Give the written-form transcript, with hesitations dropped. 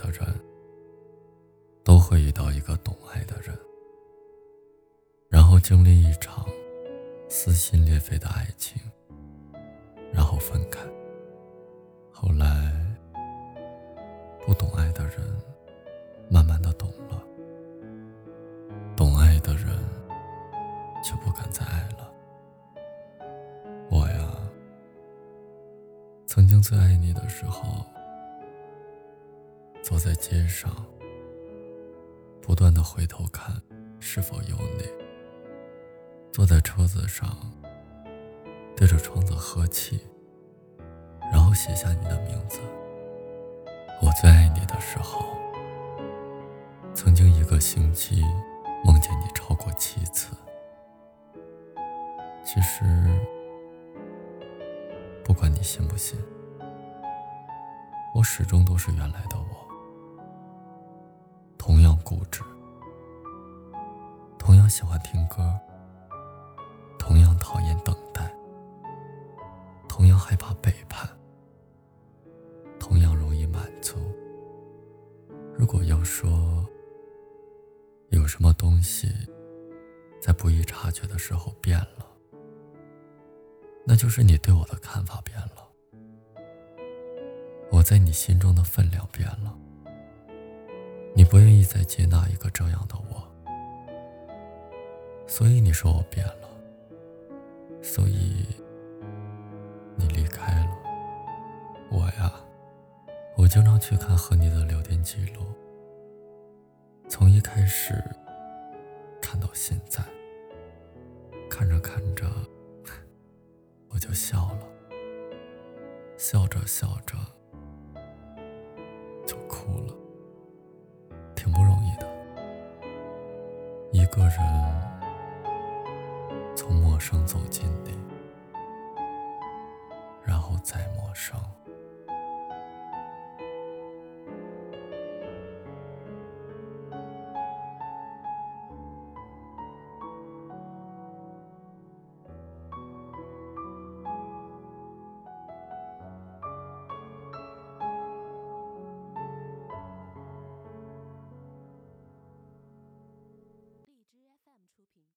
的人都会遇到一个懂爱的人，然后经历一场撕心裂肺的爱情，然后分开。后来不懂爱的人慢慢的懂了，懂爱的人却不敢再爱了。我呀，曾经最爱你的时候，走在街上，不断的回头看是否有你，坐在车子上，对着窗子喝气，然后写下你的名字。我最爱你的时候，曾经一个星期梦见你超过7次。其实不管你信不信，我始终都是原来的我，同样固执，同样喜欢听歌，同样讨厌等待，同样害怕背叛，同样容易满足。如果要说有什么东西在不易察觉的时候变了，那就是你对我的看法变了，我在你心中的分量变了，你不愿意再接纳一个这样的我，所以你说我变了，所以你离开了。我呀，我经常去看和你的聊天记录，从一开始看到现在，看着看着我就笑了，笑着笑着就哭了，挺不容易的。一个人从陌生走进你，然后再陌生。